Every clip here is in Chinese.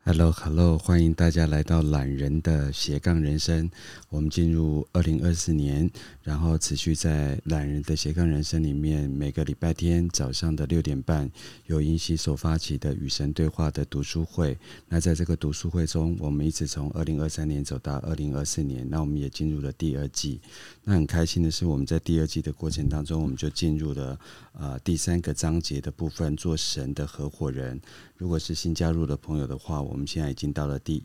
Hello，欢迎大家来到懒人的斜杠人生。我们进入2024年，然后持续在懒人的斜杠人生里面，每个礼拜天早上的6点半，由银喜所发起的与神对话的读书会。那在这个读书会中，我们一直从2023年走到2024年，那我们也进入了第二季。那很开心的是，我们在第二季的过程当中，我们就进入了第3个章节的部分，做神的合伙人。如果是新加入的朋友的话，我们现在已经到了第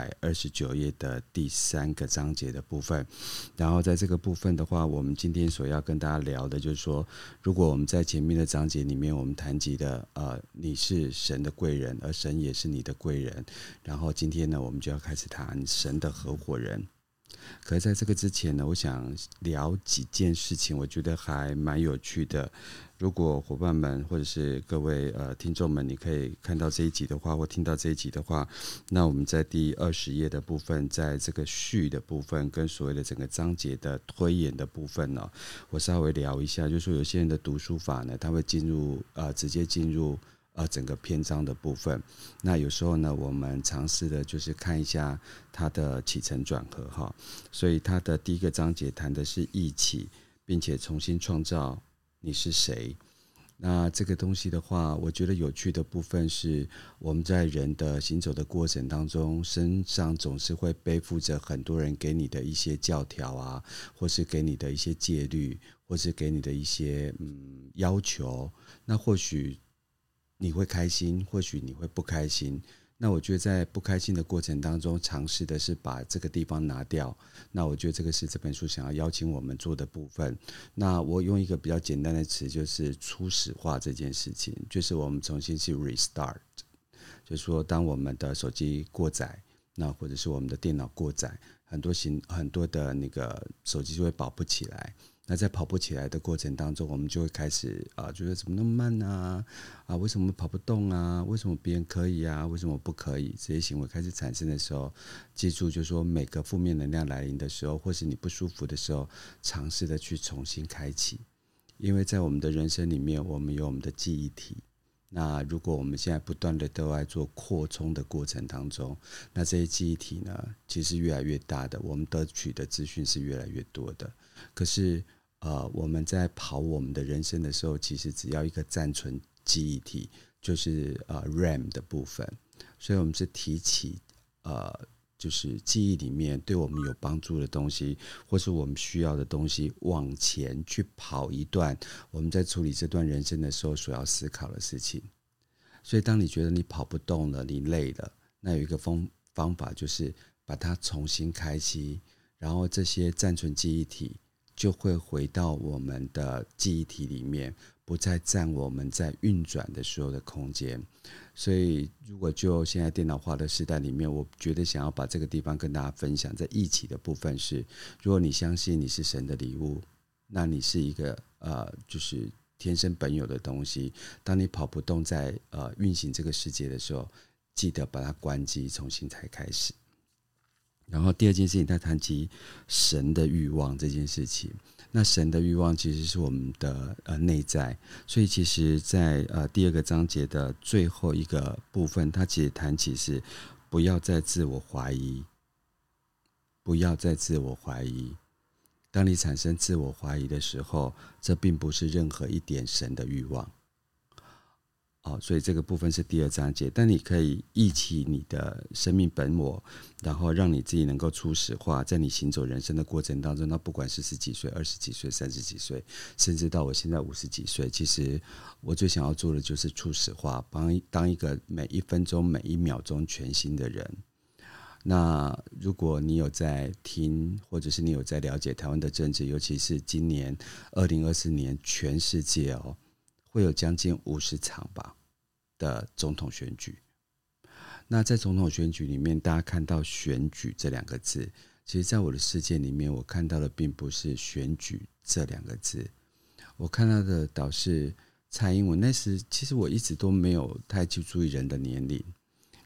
129页的第3个章节的部分。然后在这个部分的话，我们今天所要跟大家聊的就是说，如果我们在前面的章节里面我们谈及的你是神的贵人，而神也是你的贵人，然后今天呢我们就要开始谈神的合伙人。可是在这个之前呢，我想聊几件事情，我觉得还蛮有趣的。如果伙伴们或者是各位听众们，你可以看到这一集的话，或听到这一集的话，那我们在第20页的部分，在这个序的部分跟所谓的整个章节的推演的部分呢，我稍微聊一下，就是说有些人的读书法呢，他会直接进入整个篇章的部分。那有时候呢，我们尝试的就是看一下它的起承转合哈。所以它的第一个章节谈的是忆起，并且重新创造你是谁。那这个东西的话，我觉得有趣的部分是，我们在人的行走的过程当中，身上总是会背负着很多人给你的一些教条啊，或是给你的一些戒律，或是给你的一些要求。那或许你会开心，或许你会不开心。那我觉得在不开心的过程当中，尝试的是把这个地方拿掉。那我觉得这个是这本书想要邀请我们做的部分。那我用一个比较简单的词，就是初始化这件事情，就是我们重新去 restart， 就是说当我们的手机过载，那或者是我们的电脑过载，很多的那个手机就会保不起来。那在跑不起来的过程当中，我们就会开始觉得怎么那么慢啊？为什么跑不动啊？为什么别人可以啊？为什么不可以？这些行为开始产生的时候，记住就是说每个负面能量来临的时候，或是你不舒服的时候，尝试的去重新开启。因为在我们的人生里面，我们有我们的记忆体。那如果我们现在不断的都在做扩充的过程当中，那这些记忆体呢，其实越来越大的，我们得取的资讯是越来越多的。可是我们在跑我们的人生的时候，其实只要一个暂存记忆体，就是RAM 的部分。所以我们是提起就是记忆里面对我们有帮助的东西，或是我们需要的东西，往前去跑一段我们在处理这段人生的时候所要思考的事情。所以当你觉得你跑不动了，你累了，那有一个方法就是把它重新开机，然后这些暂存记忆体就会回到我们的记忆体里面，不再占我们在运转的时候的空间。所以如果就现在电脑化的时代里面，我觉得想要把这个地方跟大家分享，在忆起的部分是，如果你相信你是神的礼物，那你是一个就是天生本有的东西。当你跑不动在运行这个世界的时候，记得把它关机，重新才开始。然后第二件事情，他谈及神的欲望这件事情。那神的欲望其实是我们的内在，所以其实在第2个章节的最后一个部分，他其实谈起是不要再自我怀疑，不要再自我怀疑。当你产生自我怀疑的时候，这并不是任何一点神的欲望。所以这个部分是第2章节，但你可以忆起你的生命本我，然后让你自己能够初始化，在你行走人生的过程当中，那不管是10几岁、20几岁、30几岁，甚至到我现在50几岁，其实我最想要做的就是初始化，当一个每1分钟、每1秒钟全新的人。那如果你有在听，或者是你有在了解台湾的政治，尤其是今年2024年全世界会有将近50场吧的总统选举。那在总统选举里面，大家看到选举这2个字，其实在我的世界里面，我看到的并不是选举这2个字，我看到的倒是蔡英文。那时其实我一直都没有太去注意人的年龄，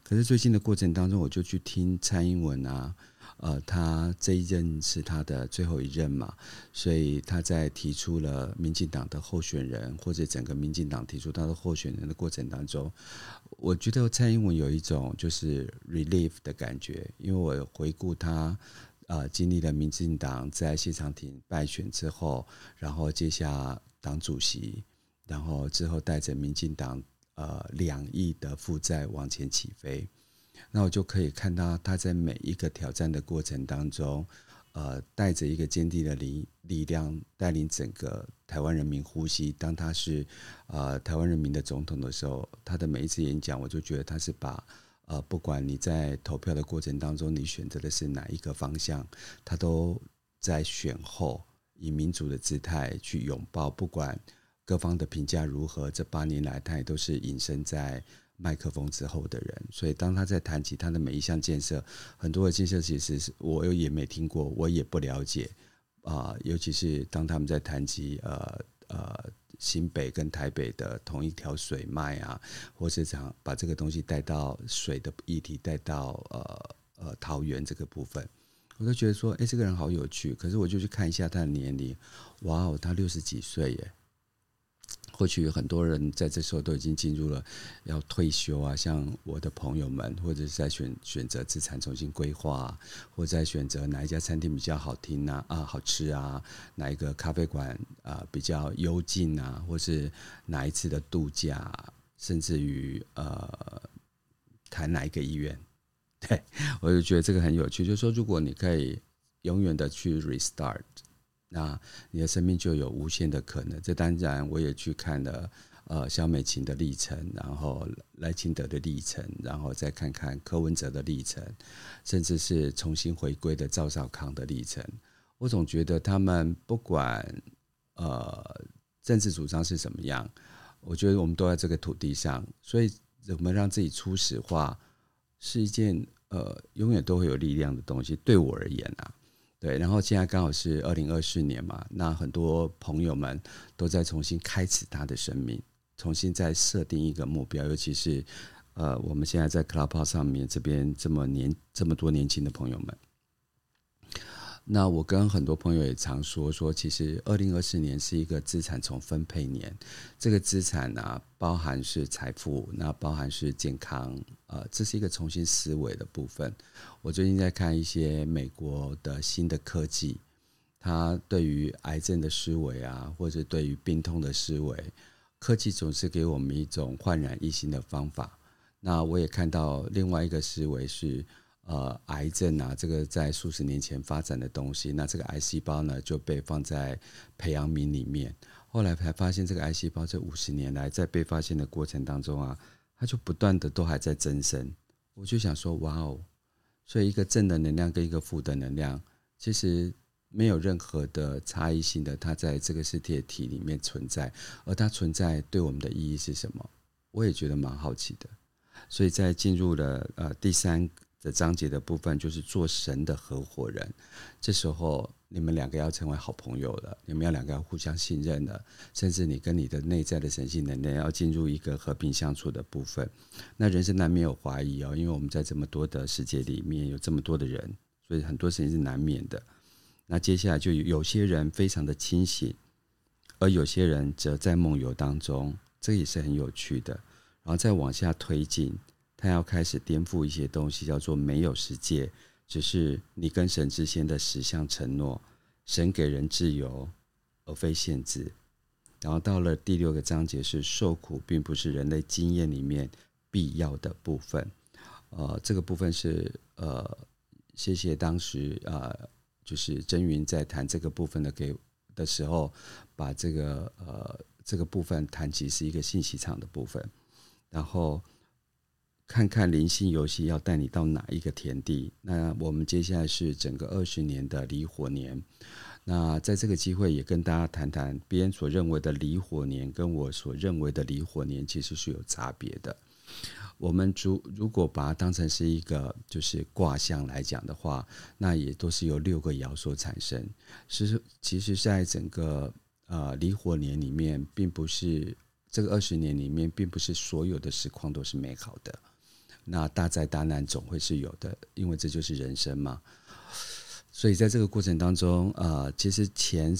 可是最近的过程当中，我就去听蔡英文啊，他这一任是他的最后一任嘛，所以他在提出了民进党的候选人，或者整个民进党提出他的候选人的过程当中，我觉得蔡英文有一种就是 relief 的感觉，因为我回顾他经历了民进党在谢长廷败选之后，然后接下党主席，然后之后带着民进党2亿的负债往前起飞，那我就可以看到他在每一个挑战的过程当中，带着一个坚定的力量，带领整个台湾人民呼吸。当他是台湾人民的总统的时候，他的每一次演讲，我就觉得他是把不管你在投票的过程当中，你选择的是哪一个方向，他都在选后以民主的姿态去拥抱，不管各方的评价如何，这8年来他也都是隐身在麦克风之后的人。所以当他在谈起他的每一项建设，很多的建设其实是我也没听过，我也不了解尤其是当他们在谈及新北跟台北的同一条水脉啊，或是想把这个东西带到水的议题带到桃园这个部分，我都觉得说这个人好有趣。可是我就去看一下他的年龄，哇哦，他60几岁耶。或许很多人在这时候都已经进入了要退休啊，像我的朋友们，或者是在选择资产重新规划啊，或者在选择哪一家餐厅比较好听啊，好吃啊，哪一个咖啡馆比较幽静啊，或是哪一次的度假，甚至于谈哪一个医院，对，我就觉得这个很有趣。就是说，如果你可以永远的去 restart，那你的生命就有无限的可能。这当然我也去看了萧美琴的历程，然后赖清德的历程，然后再看看柯文哲的历程，甚至是重新回归的赵少康的历程。我总觉得他们不管政治主张是什么样，我觉得我们都在这个土地上，所以怎么让自己初始化是一件永远都会有力量的东西。对我而言啊，对，然后现在刚好是2024年嘛，那很多朋友们都在重新开始他的生命，重新再设定一个目标，尤其是我们现在在 Clubhouse 上面这边这么多年轻的朋友们。那我跟很多朋友也常说，其实2024年是一个资产重分配年。这个资产啊，包含是财富，那包含是健康，这是一个重新思维的部分。我最近在看一些美国的新的科技，它对于癌症的思维啊，或者对于病痛的思维，科技总是给我们一种焕然一新的方法。那我也看到另外一个思维是癌症啊，这个在数十年前发展的东西，那这个癌细胞呢就被放在培养皿里面，后来才发现这个癌细胞这50年来在被发现的过程当中啊，它就不断的都还在增生。我就想说，哇哦，所以一个正的能量跟一个负的能量，其实没有任何的差异性的，它在这个世界体里面存在，而它存在对我们的意义是什么？我也觉得蛮好奇的。所以在进入了第3的章节的部分，就是做神的合伙人。这时候你们2个要成为好朋友了，你们2个要互相信任了，甚至你跟你的内在的神性能量要进入一个和平相处的部分。那人生难免有怀疑因为我们在这么多的世界里面有这么多的人，所以很多事情是难免的。那接下来就有些人非常的清醒，而有些人则在梦游当中，这也是很有趣的。然后再往下推进，他要开始颠覆一些东西，叫做没有世界，只是你跟神之间的10项承诺。神给人自由而非限制。然后到了第6个章节是受苦并不是人类经验里面必要的部分。这个部分是谢谢当时就是真云在谈这个部分的时候，把这个部分谈起是一个信息场的部分。然后看看灵性游戏要带你到哪一个田地。那我们接下来是整个20年的离火年。那在这个机会也跟大家谈谈别人所认为的离火年跟我所认为的离火年其实是有差别的。我们如果把它当成是一个就是卦象来讲的话，那也都是由6个爻所产生。其实在整个离火年里面，并不是这个20年里面，并不是所有的实况都是美好的， 那大灾大难总会是有的，因为这就是人生嘛。所以在这个过程当中，其实前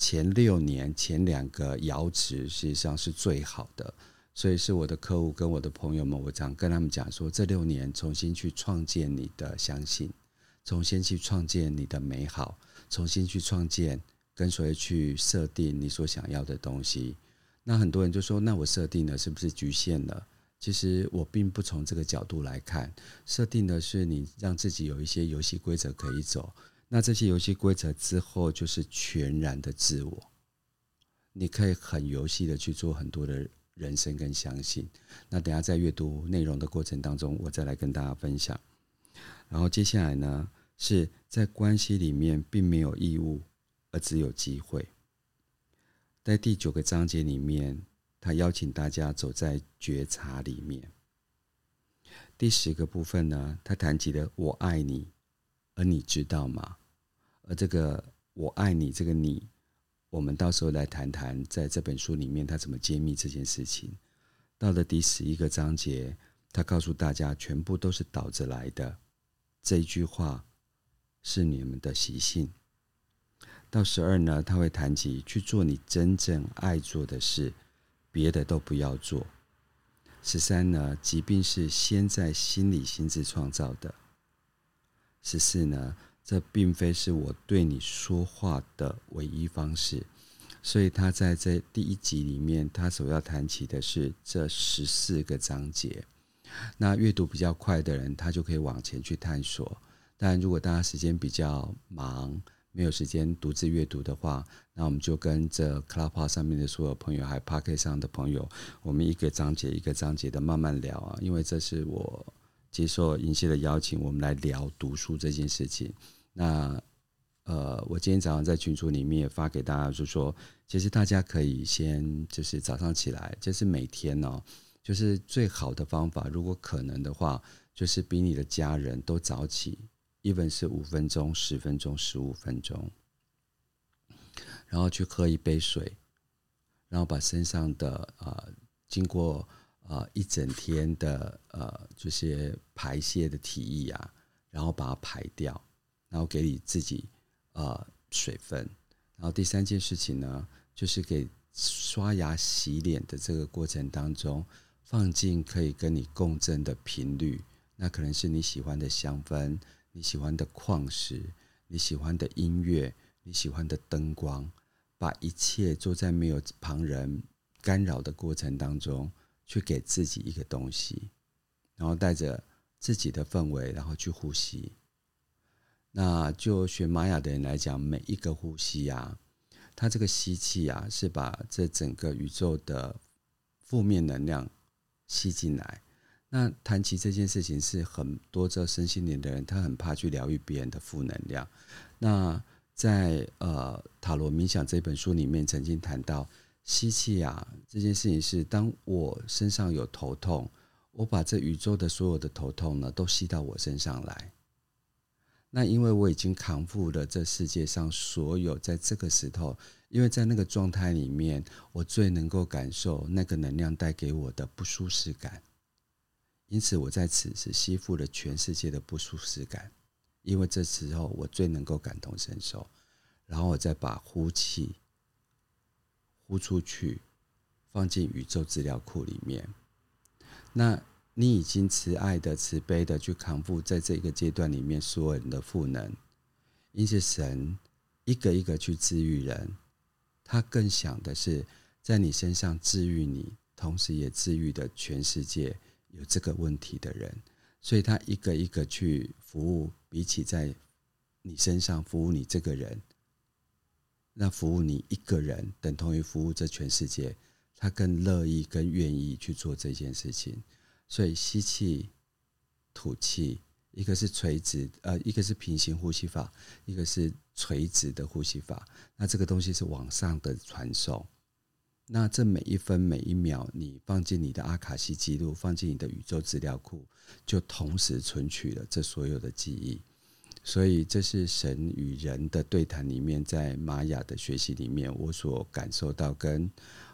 6年前2个爻值实际上是最好的，所以是我的客户跟我的朋友们，我常跟他们讲说，这6年重新去创建你的相信，重新去创建你的美好，重新去创建跟所谓去设定你所想要的东西。那很多人就说，那我设定了是不是局限了？其实我并不从这个角度来看，设定的是你让自己有一些游戏规则可以走，那这些游戏规则之后就是全然的自我，你可以很游戏的去做很多的人生跟相信。那等一下在阅读内容的过程当中，我再来跟大家分享。然后接下来呢，是在关系里面并没有义务，而只有机会。在第9个章节里面，他邀请大家走在觉察里面。第10个部分呢，他谈及了我爱你，而你知道吗？而这个我爱你这个你，我们到时候来谈谈在这本书里面他怎么揭秘这件事情。到了第11个章节，他告诉大家全部都是倒着来的，这一句话是你们的习性。到12呢，他会谈及去做你真正爱做的事，别的都不要做。13呢，疾病是先在心理心智创造的。14呢，这并非是我对你说话的唯一方式。所以他在这第1集里面，他所要谈起的是这14个章节。那阅读比较快的人，他就可以往前去探索。当然如果大家时间比较忙，没有时间独自阅读的话，那我们就跟这 Clubhouse 上面的所有朋友，还有 Podcast 上的朋友，我们一个章节一个章节的慢慢聊啊。因为这是我接受银溪的邀请，我们来聊读书这件事情。那我今天早上在群组里面也发给大家，就说其实大家可以先就是早上起来，就是每天哦，就是最好的方法，如果可能的话，就是比你的家人都早起，even 是5分钟、10分钟、15分钟，然后去喝一杯水，然后把身上的经过一整天的这些排泄的体液啊，然后把它排掉，然后给你自己水分。然后第3件事情呢，就是给刷牙洗脸的这个过程当中，放进可以跟你共振的频率，那可能是你喜欢的香氛，你喜欢的矿石，你喜欢的音乐，你喜欢的灯光，把一切做在没有旁人干扰的过程当中，去给自己一个东西，然后带着自己的氛围，然后去呼吸。那就学玛雅的人来讲，每一个呼吸啊，它这个吸气啊，是把这整个宇宙的负面能量吸进来。那谈起这件事情，是很多这身心灵的人，他很怕去疗愈别人的负能量。那在塔罗冥想这本书里面曾经谈到，吸气啊这件事情是，当我身上有头痛，我把这宇宙的所有的头痛呢，都吸到我身上来。那因为我已经扛负了这世界上所有在这个时候，因为在那个状态里面，我最能够感受那个能量带给我的不舒适感，因此我在此时吸附了全世界的不舒适感，因为这时候我最能够感同身受，然后我再把呼气呼出去，放进宇宙资料库里面。那你已经慈爱的慈悲的去扛负在这个阶段里面所有人的负能，因此神一个一个去治愈人，他更想的是在你身上治愈你，同时也治愈的全世界有这个问题的人，所以他一个一个去服务，比起在你身上服务你这个人，那服务你一个人等同于服务这全世界，他更乐意跟愿意去做这件事情。所以吸气吐气，一个是垂直一个是平行呼吸法，一个是垂直的呼吸法。那这个东西是往上的传送，那这每一分每一秒你放进你的阿卡西记录，放进你的宇宙资料库，就同时存取了这所有的记忆。所以这是神与人的对谈里面，在玛雅的学习里面我所感受到跟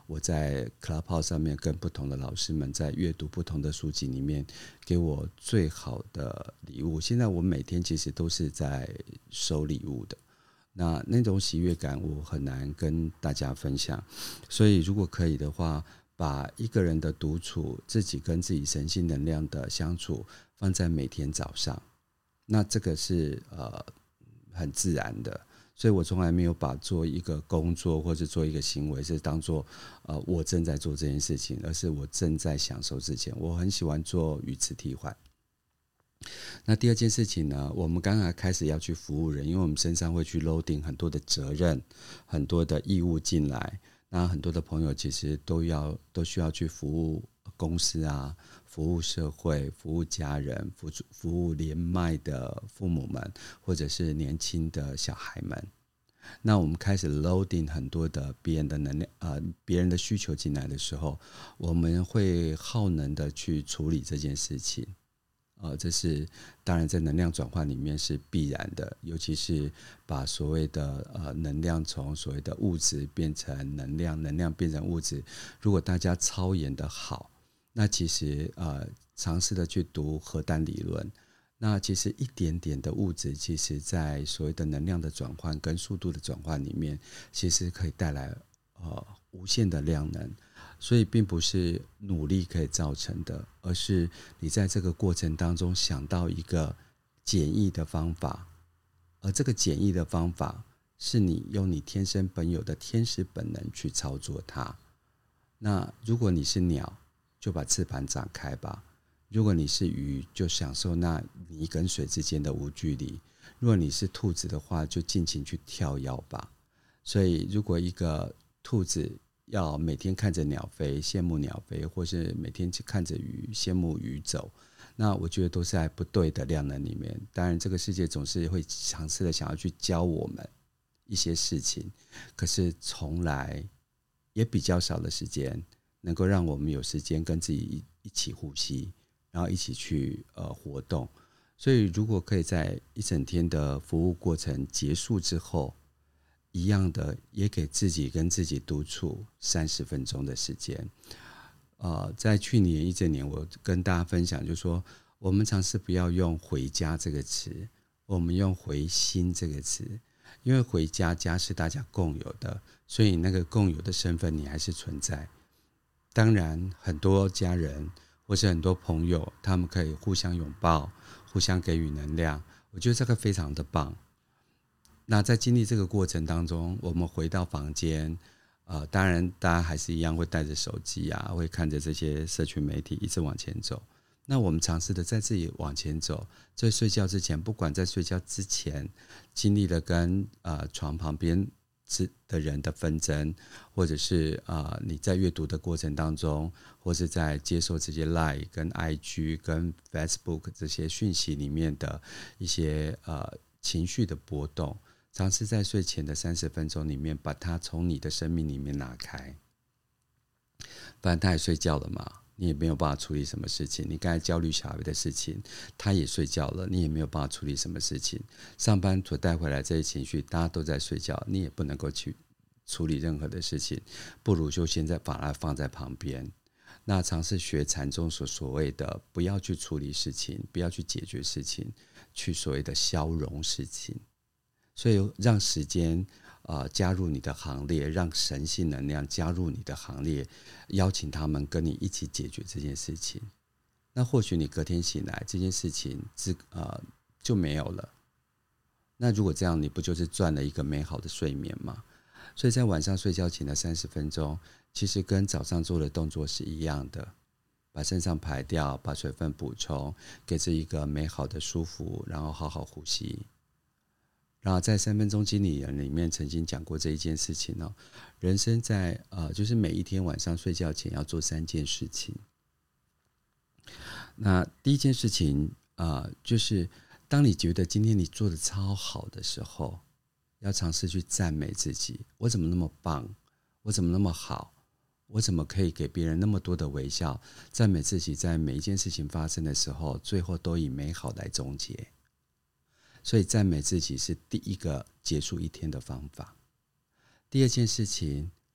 我在 Clubhouse 上面跟不同的老师们在阅读不同的书籍里面给我最好的礼物。现在我每天其实都是在收礼物的，那种喜悦感我很难跟大家分享，所以如果可以的话，把一个人的独处，自己跟自己神性能量的相处放在每天早上，那这个是很自然的。所以我从来没有把做一个工作或者做一个行为是当做我正在做这件事情，而是我正在享受之前。我很喜欢做语词替换。那第二件事情呢，我们刚刚开始要去服务人，因为我们身上会去 loading 很多的责任，很多的义务进来。那很多的朋友其实都需要去服务公司啊，服务社会，服务家人，服务连麦的父母们，或者是年轻的小孩们。那我们开始 loading 很多的别人的能量，别人的需求进来的时候，我们会耗能的去处理这件事情。这是当然在能量转换里面是必然的，尤其是把所谓的能量从所谓的物质变成能量，能量变成物质。如果大家操演的好，那其实尝试的去读核弹理论，那其实一点点的物质，其实在所谓的能量的转换跟速度的转换里面，其实可以带来无限的量能。所以并不是努力可以造成的，而是你在这个过程当中想到一个简易的方法，而这个简易的方法是你用你天生本有的天使本能去操作它。那如果你是鸟，就把翅膀展开吧；如果你是鱼，就享受那泥跟水之间的无距离；如果你是兔子的话，就尽情去跳跃吧。所以如果一个兔子要每天看着鸟飞，羡慕鸟飞，或是每天去看着鱼，羡慕鱼走，那我觉得都是在不对的量能里面。当然这个世界总是会尝试的想要去教我们一些事情，可是从来也比较少的时间能够让我们有时间跟自己一起呼吸，然后一起去活动。所以如果可以在一整天的服务过程结束之后，一样的也给自己跟自己独处30分钟的时间。在去年一整年，我跟大家分享，就是说我们尝试不要用回家这个词，我们用回心这个词。因为回家，家是大家共有的，所以那个共有的身份你还是存在。当然很多家人或是很多朋友，他们可以互相拥抱，互相给予能量，我觉得这个非常的棒。那在经历这个过程当中，我们回到房间，当然大家还是一样会带着手机啊，会看着这些社群媒体一直往前走。那我们尝试的在自己往前走，在睡觉之前，不管在睡觉之前经历了跟床旁边的人的纷争，或者是你在阅读的过程当中，或是在接受这些 Line 跟 IG 跟 Facebook 这些讯息里面的一些情绪的波动，尝试在睡前的30分钟里面把它从你的生命里面拿开。不然他也睡觉了嘛，你也没有办法处理什么事情。你刚才焦虑小孩的事情，他也睡觉了，你也没有办法处理什么事情。上班所带回来这些情绪，大家都在睡觉，你也不能够去处理任何的事情，不如就现在把它放在旁边。那尝试学禅中所谓的不要去处理事情，不要去解决事情，去所谓的消融事情。所以让时间加入你的行列，让神性能量加入你的行列，邀请他们跟你一起解决这件事情。那或许你隔天醒来，这件事情就没有了。那如果这样，你不就是赚了一个美好的睡眠吗？所以在晚上睡觉前的30分钟，其实跟早上做的动作是一样的，把身上排掉，把水分补充，给自己一个美好的舒服，然后好好呼吸。然后在3分钟经理人里面曾经讲过这一件事情哦，人生在就是每一天晚上睡觉前要做3件事情。那第一件事情就是当你觉得今天你做的超好的时候，要尝试去赞美自己，我怎么那么棒，我怎么那么好，我怎么可以给别人那么多的微笑。赞美自己在每一件事情发生的时候，最后都以美好来终结。所以赞美自己是第一个结束一天的方法。第二件事情，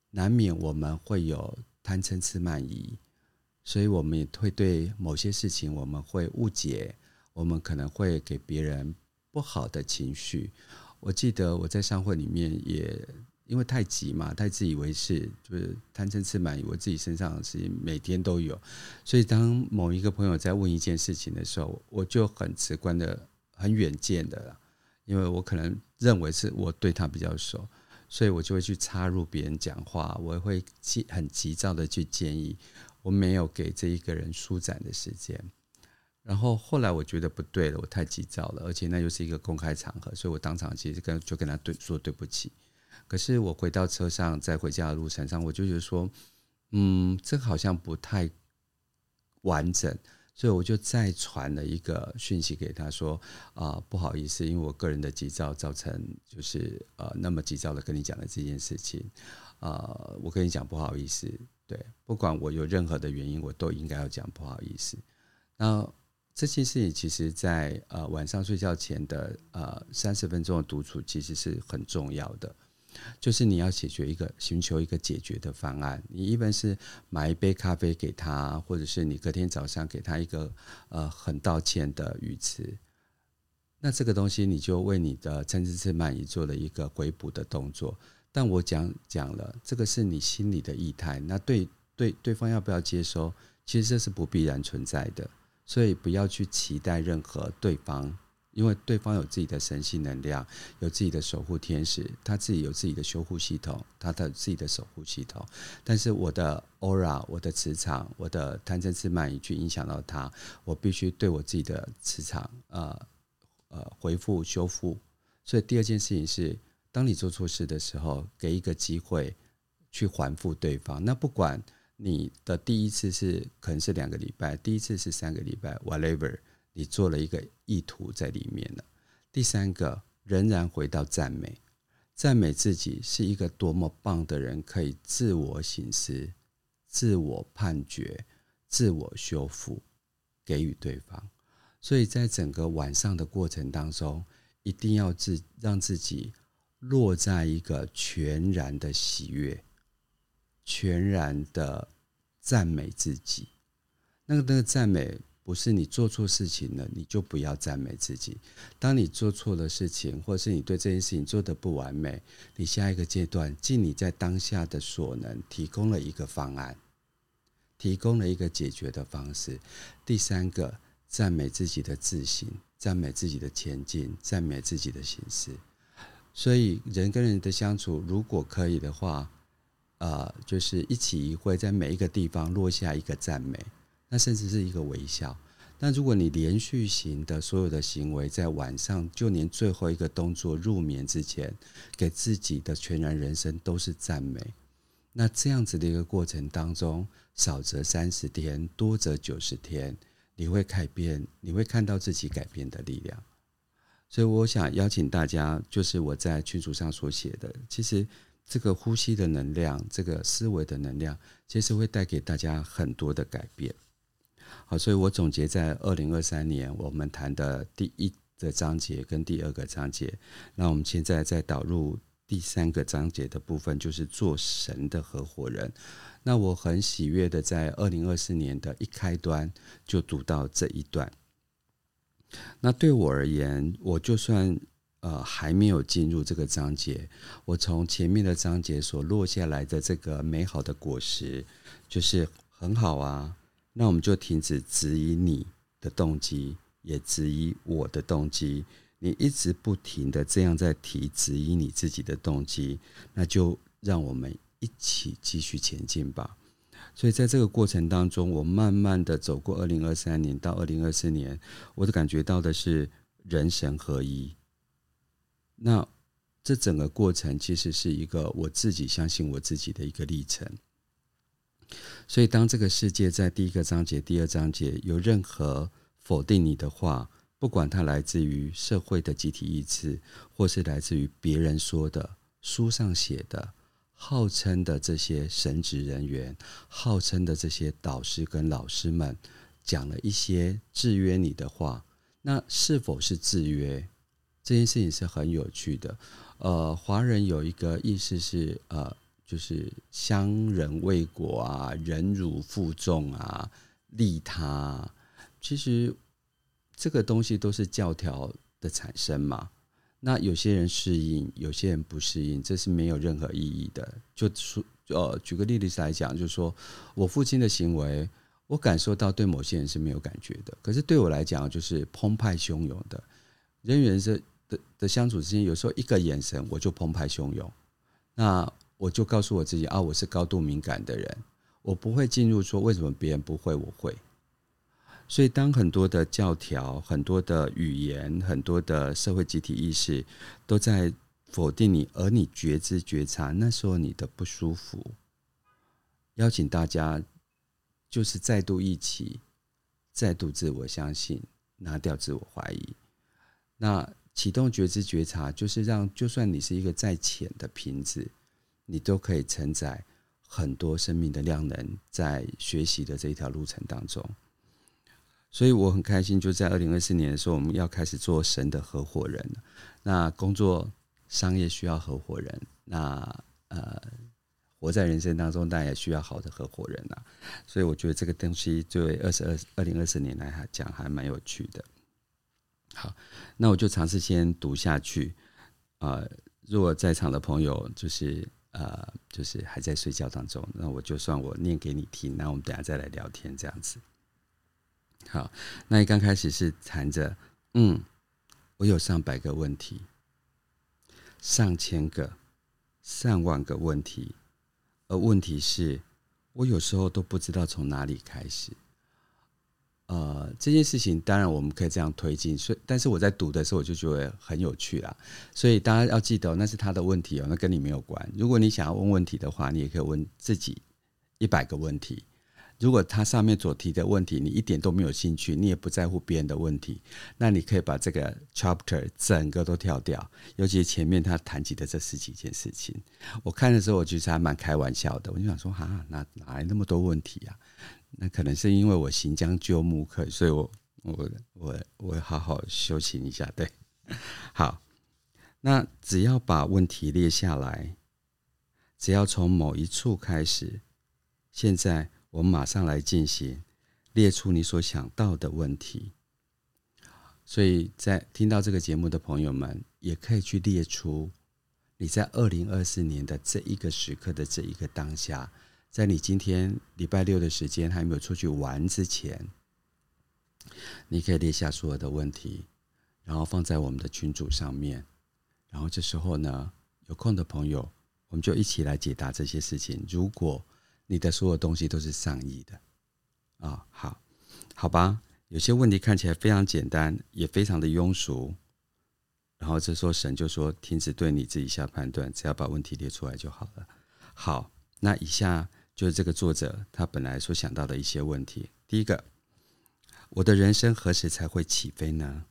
难免我们会有贪嗔痴慢疑，所以我们也会对某些事情我们会误解，我们可能会给别人不好的情绪。我记得我在商会里面也因为太急嘛，太自以为是，就是贪嗔痴慢疑，我自己身上是每天都有。所以当某一个朋友在问一件事情的时候，我就很直观的、很远见的啦，因为我可能认为是我对他比较熟，所以我就会去插入别人讲话，我会很急躁的去建议，我没有给这一个人舒展的时间。然后后来我觉得不对了，我太急躁了，而且那又是一个公开场合，所以我当场其实就跟他说对不起。可是我回到车上，在回家的路程上，我就觉得说，这好像不太完整，所以我就再传了一个讯息给他说，不好意思，因为我个人的急躁造成就是那么急躁的跟你讲了这件事情，我跟你讲不好意思，对，不管我有任何的原因，我都应该要讲不好意思。那这件事情其实在晚上睡觉前的30分钟的独处其实是很重要的，就是你要寻求一个解决的方案。你一般是买一杯咖啡给他，或者是你隔天早上给他一个很道歉的语词，那这个东西你就为你的嗔痴痴慢疑做了一个回补的动作。但我讲了，这个是你心里的意态，那对方要不要接收，其实这是不必然存在的。所以不要去期待任何对方，因为对方有自己的神性能量，有自己的守护天使，他自己有自己的修护系统，他的自己的守护系统。但是我的 aura， 我的磁场，我的贪嗔痴慢疑去影响到他，我必须对我自己的磁场回复修复。所以第二件事情是，当你做错事的时候，给一个机会去还复对方。那不管你的第一次可能是2个礼拜，第一次是3个礼拜 whatever， 你做了一个意图在里面了。第三个，仍然回到赞美，赞美自己是一个多么棒的人，可以自我省思、自我判决、自我修复，给予对方。所以在整个晚上的过程当中，一定要让自己落在一个全然的喜悦，全然的赞美自己。那个赞美不是你做错事情了你就不要赞美自己，当你做错了事情，或是你对这件事情做得不完美，你下一个阶段尽你在当下的所能，提供了一个方案，提供了一个解决的方式。第三个，赞美自己的自信，赞美自己的前进，赞美自己的心思。所以人跟人的相处，如果可以的话，就是一起一会，在每一个地方落下一个赞美，那甚至是一个微笑。那如果你连续型的所有的行为，在晚上就连最后一个动作入眠之前，给自己的全然人生都是赞美，那这样子的一个过程当中，少则30天，多则90天，你会改变，你会看到自己改变的力量。所以我想邀请大家，就是我在群组上所写的，其实这个呼吸的能量，这个思维的能量，其实会带给大家很多的改变。好，所以我总结在2023年我们谈的第1个章节跟第2个章节，那我们现在再导入第3个章节的部分，就是做神的合伙人。那我很喜悦的在2024年的一开端就读到这一段。那对我而言，我就算还没有进入这个章节，我从前面的章节所落下来的这个美好的果实，就是很好啊。那我们就停止质疑你的动机，也质疑我的动机。你一直不停的这样在质疑你自己的动机，那就让我们一起继续前进吧。所以在这个过程当中，我慢慢的走过2023年到2024年，我感觉到的是人神合一。那这整个过程其实是一个我自己相信我自己的一个历程。所以当这个世界在第1个章节、第2章节有任何否定你的话，不管它来自于社会的集体意志，或是来自于别人说的、书上写的，号称的这些神职人员，号称的这些导师跟老师们讲了一些制约你的话，那是否是制约？这件事情是很有趣的。华人有一个意思是就是乡人为国啊，忍辱负重啊，利他啊，其实这个东西都是教条的产生嘛。那有些人适应，有些人不适应，这是没有任何意义的。举个例子来讲，就是说我父亲的行为，我感受到对某些人是没有感觉的，可是对我来讲就是澎湃汹涌的。人与人的相处之间，有时候一个眼神我就澎湃汹涌，那我就告诉我自己啊，我是高度敏感的人，我不会进入说为什么别人不会我会。所以当很多的教条、很多的语言、很多的社会集体意识都在否定你，而你觉知觉察，那时候你的不舒服，邀请大家就是再度一起，再度自我相信，拿掉自我怀疑。那启动觉知觉察，就是让就算你是一个再浅的瓶子，你都可以承载很多生命的量能，在学习的这一条路程当中。所以我很开心，就在2024年的时候，我们要开始做神的合伙人了。那工作商业需要合伙人，那活在人生当中当然也需要好的合伙人啦。所以我觉得这个东西对2024年来讲还蛮有趣的。好，那我就尝试先读下去。如果在场的朋友就是还在睡觉当中，那我就算我念给你听，那我们等一下再来聊天这样子。好，那一刚开始是谈着，我有上百个问题，上千个、上万个问题，而问题是，我有时候都不知道从哪里开始。这件事情当然我们可以这样推进，但是我在读的时候我就觉得很有趣啦。所以大家要记得，那是他的问题那跟你没有关。如果你想要问问题的话，你也可以问自己100个问题。如果他上面所提的问题你一点都没有兴趣，你也不在乎别人的问题，那你可以把这个 chapter 整个都跳掉，尤其前面他谈及的这10几件事情。我看的时候我觉得还蛮开玩笑的，我就想说哪来那么多问题啊？那可能是因为我行将就木，所以我好好修行一下。对，好，那只要把问题列下来，只要从某一处开始，现在我们马上来进行，列出你所想到的问题。所以在听到这个节目的朋友们，也可以去列出你在2024年的这一个时刻的这一个当下，在你今天礼拜六的时间还没有出去玩之前，你可以列下所有的问题，然后放在我们的群组上面。然后这时候呢，有空的朋友，我们就一起来解答这些事情。如果你的所有东西都是上亿的好吧，有些问题看起来非常简单，也非常的庸俗，然后这时候神就说停止对你自己下判断，只要把问题列出来就好了。好，那以下就是这个作者他本来所想到的一些问题。第一个，我的人生何时才会起飞呢？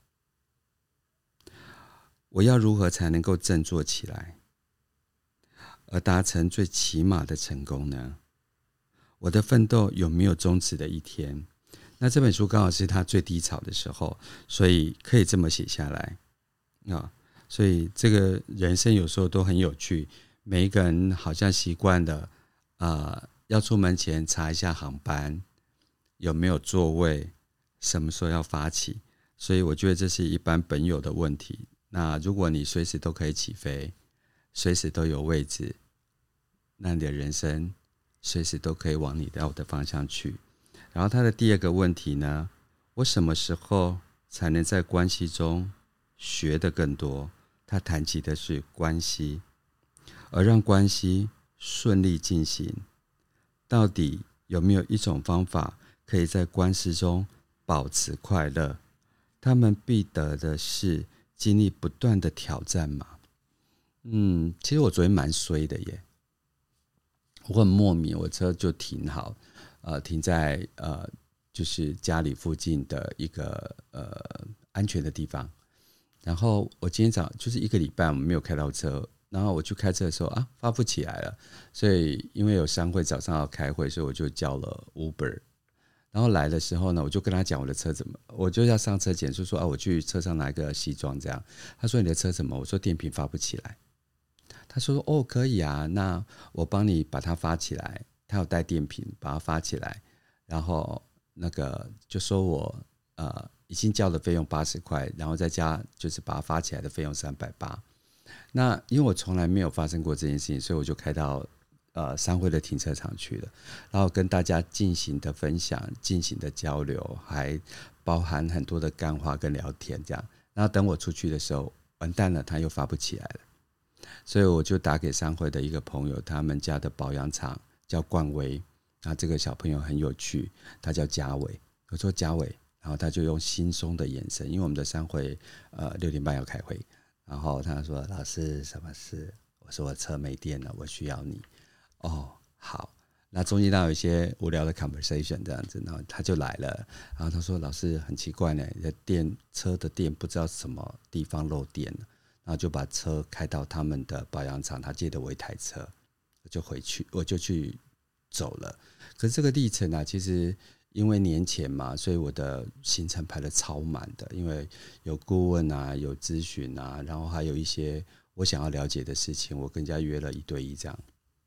我要如何才能够振作起来，而达成最起码的成功呢？我的奋斗有没有终止的一天？那这本书刚好是他最低潮的时候，所以可以这么写下来所以这个人生有时候都很有趣，每一个人好像习惯的要出门前查一下航班有没有座位，什么时候要发起，所以我觉得这是一般本有的问题。那如果你随时都可以起飞，随时都有位置，那你的人生随时都可以往你要的方向去。然后他的第二个问题呢，我什么时候才能在关系中学得更多？他谈及的是关系，而让关系顺利进行，到底有没有一种方法可以在关系中保持快乐？他们必得的是经历不断的挑战嘛。其实我昨天蛮衰的耶，我很莫名，我车就停好，停在就是家里附近的一个安全的地方。然后我今天早就是1个礼拜我们没有开到车，然后我去开车的时候发不起来了，所以因为有商会早上要开会，所以我就叫了 Uber。然后来的时候呢，我就跟他讲我的车怎么，我就要上车前就说我去车上拿一个西装这样。他说你的车怎么？我说电瓶发不起来。 他说哦可以啊，那我帮你把它发起来，他有带电瓶把它发起来，然后那个就收我已经交的费用80块，然后再加就是把它发起来的费用380。那因为我从来没有发生过这件事情，所以我就开到商会的停车场去了，然后跟大家进行的分享，进行的交流，还包含很多的干话跟聊天这样。然后等我出去的时候，完蛋了，他又发不起来了，所以我就打给商会的一个朋友，他们家的保养厂叫冠威，那这个小朋友很有趣，他叫嘉伟，我说嘉伟，然后他就用惺忪的眼神，因为我们的商会6点半要开会，然后他说老师什么事？我说我车没电了，我需要你。哦，好，那中间当然有一些无聊的 conversation 这样子，然后他就来了，然后他说老师很奇怪呢，车的电不知道什么地方漏电了，然后就把车开到他们的保养厂，他借了我一台车，我就回去，我就去走了。可是这个历程啊，其实因为年前嘛，所以我的行程排得超满的，因为有顾问啊，有咨询啊，然后还有一些我想要了解的事情，我跟人家约了1对1这样。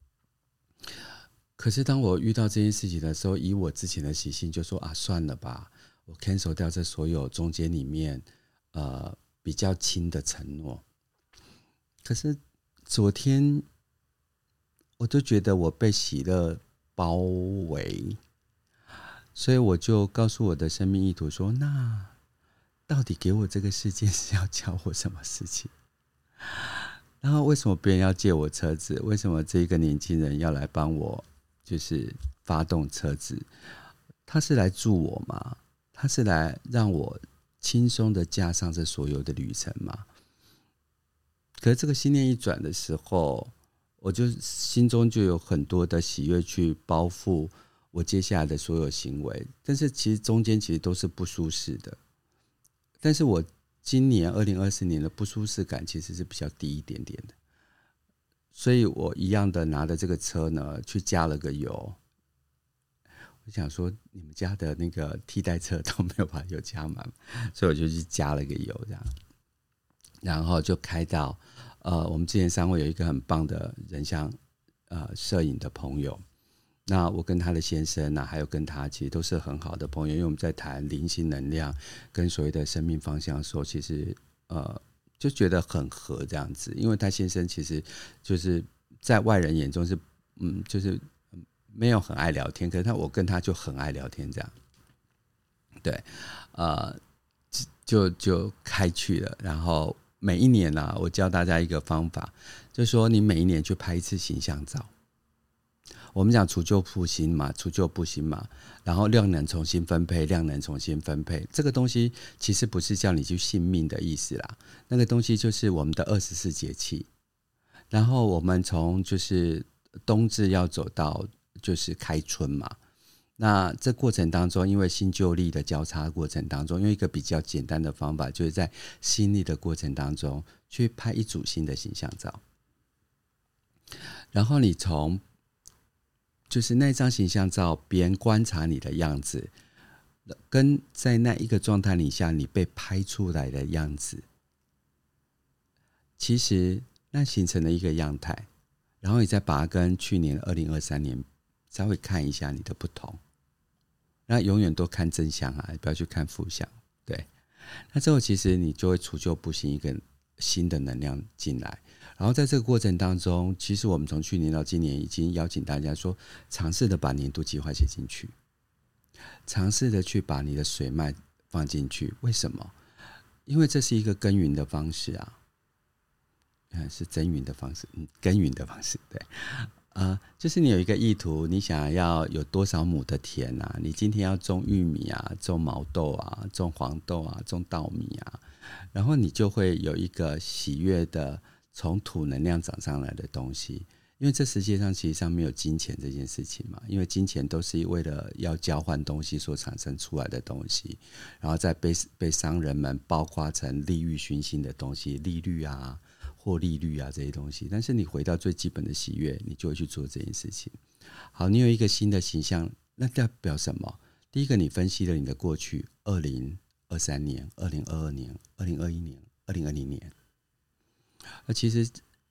可是当我遇到这件事情的时候，以我之前的习性就说啊，算了吧，我 cancel 掉这所有中间里面比较轻的承诺。可是昨天我就觉得我被喜乐包围，所以我就告诉我的生命意图说，那到底给我这个世界是要教我什么事情？然后为什么别人要借我车子？为什么这个年轻人要来帮我就是发动车子？他是来助我吗？他是来让我轻松的驾上这所有的旅程吗？可是这个心念一转的时候，我就心中就有很多的喜悦去包覆我接下来的所有行为，但是其实中间其实都是不舒适的。但是我今年2024年的不舒适感其实是比较低一点点的，所以我一样的拿着这个车呢去加了个油。我想说你们家的那个替代车都没有把油加满，所以我就去加了个油这样，然后就开到我们之前商会有一个很棒的人像摄影的朋友，那我跟他的先生还有跟他其实都是很好的朋友，因为我们在谈灵性能量跟所谓的生命方向的时候，其实就觉得很合这样子。因为他先生其实就是在外人眼中是就是没有很爱聊天，可是我跟他就很爱聊天这样，对，就开去了。然后每一年啊，我教大家一个方法，就是说你每一年去拍一次形象照。我们讲除旧布新嘛，除旧布新嘛，然后量能重新分配，量能重新分配，这个东西其实不是叫你去信命的意思啦，那个东西就是我们的24节气。然后我们从就是冬至要走到就是开春嘛，那这过程当中，因为新旧历的交叉过程当中，用一个比较简单的方法，就是在新历的过程当中去拍一组新的形象照，然后你从就是那张形象照，别人观察你的样子，跟在那一个状态里下你被拍出来的样子，其实那形成了一个样态，然后你再把它跟去年2023年稍微看一下你的不同，那永远都看真相啊，不要去看负向。对，那之后其实你就会除旧布新，一个新的能量进来。然后在这个过程当中，其实我们从去年到今年已经邀请大家说，尝试的把年度计划写进去，尝试的去把你的水脉放进去。为什么？因为这是一个耕耘的方式啊，是耕耘的方式，耕耘的方式，对。就是你有一个意图，你想要有多少亩的田啊？你今天要种玉米啊，种毛豆啊，种黄豆啊，种稻米啊，然后你就会有一个喜悦的从土能量长上来的东西。因为这世界上其实上没有金钱这件事情嘛，因为金钱都是为了要交换东西所产生出来的东西，然后再被商人们包括成利欲熏心的东西，利率啊获利率啊这些东西。但是你回到最基本的喜悦，你就会去做这件事情。好，你有一个新的形象，那代表什么？第一个，你分析了你的过去2023年、2022年、2021年、2020年。其实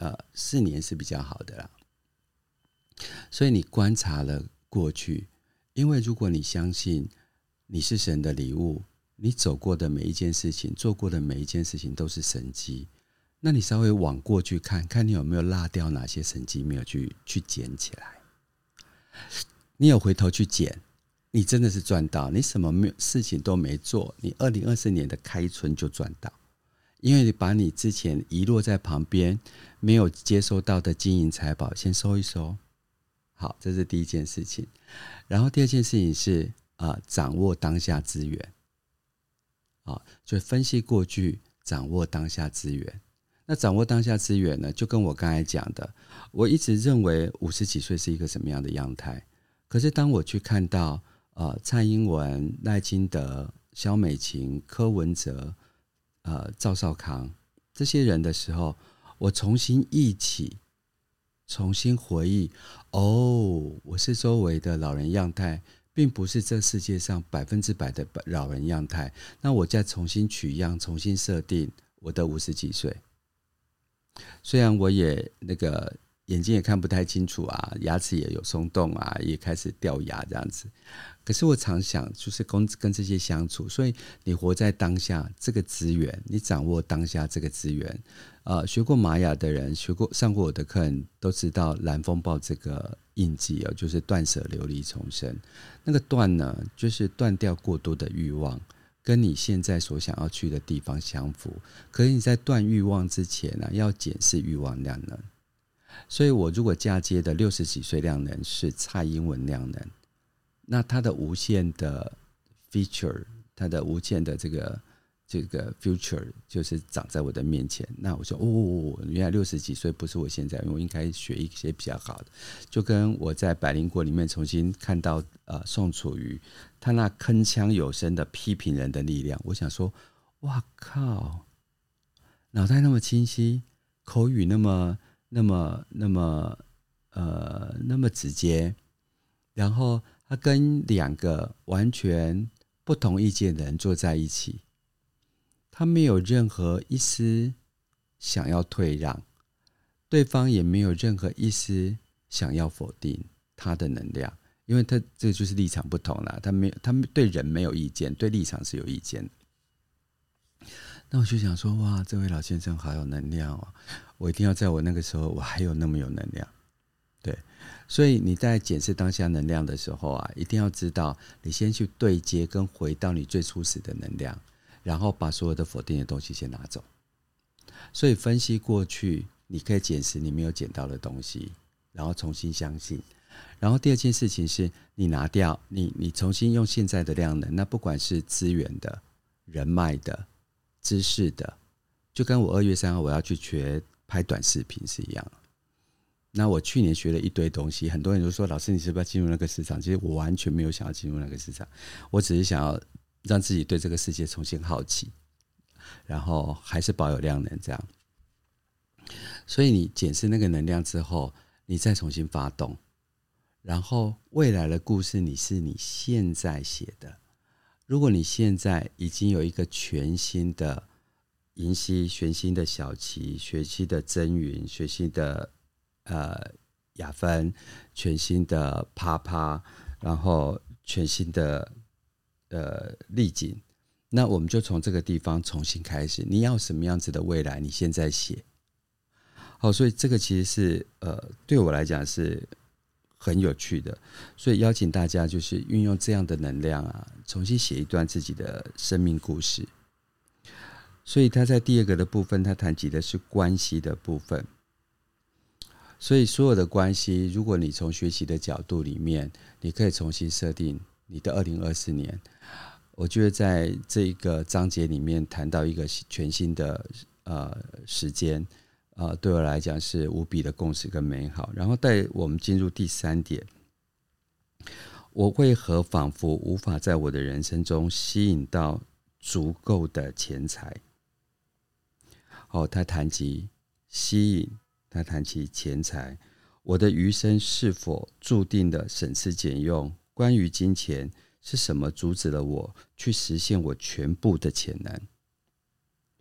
4年是比较好的啦。所以你观察了过去，因为如果你相信你是神的礼物，你走过的每一件事情，做过的每一件事情都是神迹，那你稍微往过去看看，你有没有落掉哪些神迹没有去捡起来。你有回头去捡，你真的是赚到。你什么事情都没做，你2024年的开春就赚到，因为你把你之前遗落在旁边没有接收到的金银财宝先收一收。好，这是第一件事情。然后第二件事情是掌握当下资源。就分析过去，掌握当下资源。那掌握当下资源呢，就跟我刚才讲的，我一直认为50几岁是一个什么样的样态。可是当我去看到蔡英文、赖清德、萧美琴、柯文哲、赵少康这些人的时候，我重新忆起，重新回忆，我是周围的老人样态，并不是这世界上100%的老人样态。那我再重新取样，重新设定我的50几岁。虽然我也眼睛也看不太清楚啊，牙齿也有松动啊，也开始掉牙这样子。可是我常想，就是跟这些相处，所以你活在当下这个资源，你掌握当下这个资源。学过玛雅的人，上过我的课人都知道蓝风暴这个印记就是断舍流离重生。那个断呢，就是断掉过多的欲望，跟你现在所想要去的地方相符。可是你在断欲望之前要检视欲望量能。所以我如果嫁接的60几岁量能是蔡英文量能，那它的无限的 feature， 它的无限的这个 future 就是长在我的面前。那我说原来60几岁不是我现在，因为我应该学一些比较好的。就跟我在百灵果里面重新看到宋楚瑜他那铿锵有声的批评人的力量，我想说哇靠，脑袋那么清晰，口语那么直接，然后他跟2个完全不同意见的人坐在一起，他没有任何一丝想要退让，对方也没有任何一丝想要否定他的能量，因为他这个就是立场不同啦，他对人没有意见，对立场是有意见的。那我就想说，哇，这位老先生好有能量哦！我一定要在我那个时候，我还有那么有能量。对，所以你在检视当下能量的时候一定要知道，你先去对接跟回到你最初始的能量，然后把所有的否定的东西先拿走。所以分析过去，你可以检视你没有捡到的东西，然后重新相信。然后第二件事情是你拿掉，你重新用现在的量能，那不管是资源的、人脉的、知识的，就跟我2月3号我要去学拍短视频是一样的。那我去年学了一堆东西，很多人都说老师你是不是要进入那个市场？其实我完全没有想要进入那个市场，我只是想要让自己对这个世界重新好奇，然后还是保有量能这样。所以你检视那个能量之后，你再重新发动，然后未来的故事是你现在写的。如果你现在已经有一个全新的银溪、全新的小旗、全新的真云、全新的雅芬、全新的啪啪，然后全新的丽景，那我们就从这个地方重新开始。你要什么样子的未来，你现在写。好，所以这个其实是对我来讲是很有趣的，所以邀请大家就是运用这样的能量重新写一段自己的生命故事。所以他在第2个的部分，他谈及的是关系的部分。所以所有的关系，如果你从学习的角度里面，你可以重新设定你的2024年。我觉得在这一个章节里面谈到一个全新的时间。对我来讲是无比的共识跟美好。然后带我们进入第3点，我为何仿佛无法在我的人生中吸引到足够的钱财？他谈及吸引，他谈及钱财，我的余生是否注定的省吃俭用？关于金钱，是什么阻止了我去实现我全部的潜能？